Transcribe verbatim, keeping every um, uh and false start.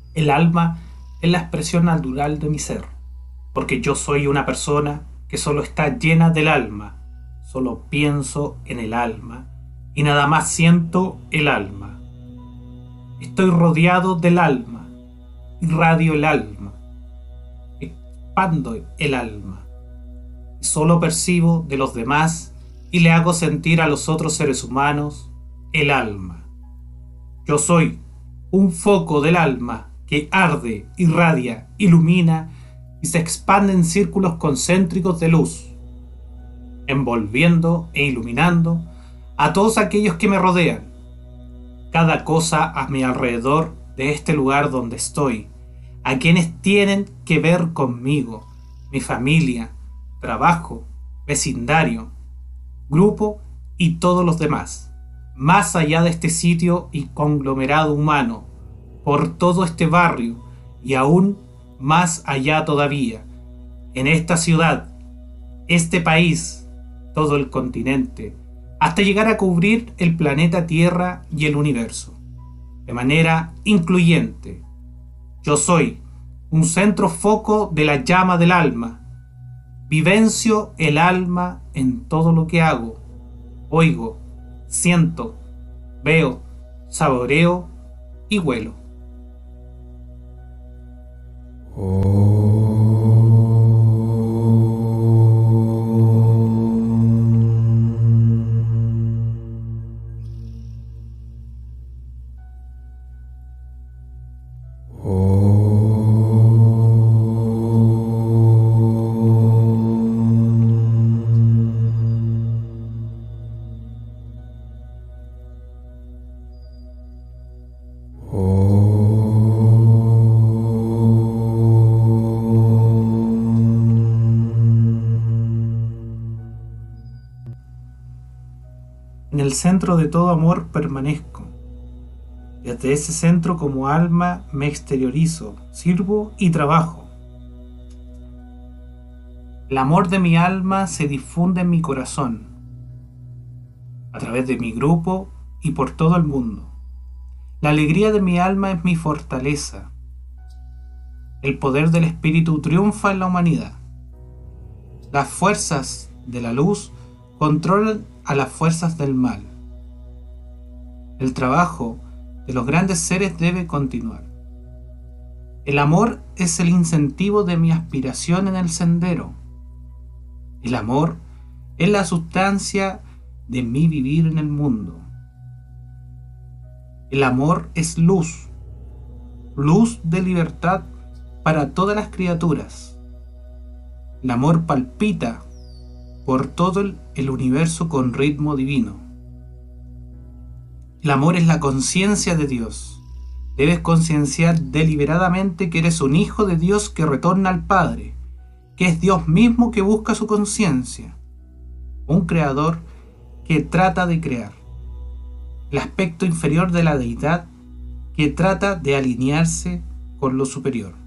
El alma es la expresión natural de mi ser, porque yo soy una persona que solo está llena del alma, solo pienso en el alma y nada más siento el alma. Estoy rodeado del alma, irradio el alma, expando el alma, y solo percibo de los demás y le hago sentir a los otros seres humanos el alma. Yo soy un foco del alma que arde, irradia, ilumina y se expande en círculos concéntricos de luz, envolviendo e iluminando a todos aquellos que me rodean. Cada cosa a mi alrededor de este lugar donde estoy, a quienes tienen que ver conmigo, mi familia, trabajo, vecindario, grupo y todos los demás, más allá de este sitio y conglomerado humano, por todo este barrio y aún más allá todavía, en esta ciudad, este país, todo el continente, hasta llegar a cubrir el planeta Tierra y el universo, de manera incluyente. Yo soy un centro foco de la llama del alma. Vivencio el alma en todo lo que hago, oigo, siento, veo, saboreo y huelo. En el centro de todo amor permanezco. Desde ese centro como alma me exteriorizo, sirvo y trabajo. El amor de mi alma se difunde en mi corazón, a través de mi grupo y por todo el mundo. La alegría de mi alma es mi fortaleza. El poder del espíritu triunfa en la humanidad. Las fuerzas de la luz controlan a las fuerzas del mal. El trabajo de los grandes seres debe continuar. El amor es el incentivo de mi aspiración en el sendero. El amor es la sustancia de mi vivir en el mundo. El amor es luz, luz de libertad para todas las criaturas. El amor palpita por todo el, el universo con ritmo divino. El amor es la conciencia de Dios. Debes concienciar deliberadamente que eres un hijo de Dios que retorna al Padre, que es Dios mismo que busca su conciencia, un creador que trata de crear, el aspecto inferior de la deidad que trata de alinearse con lo superior.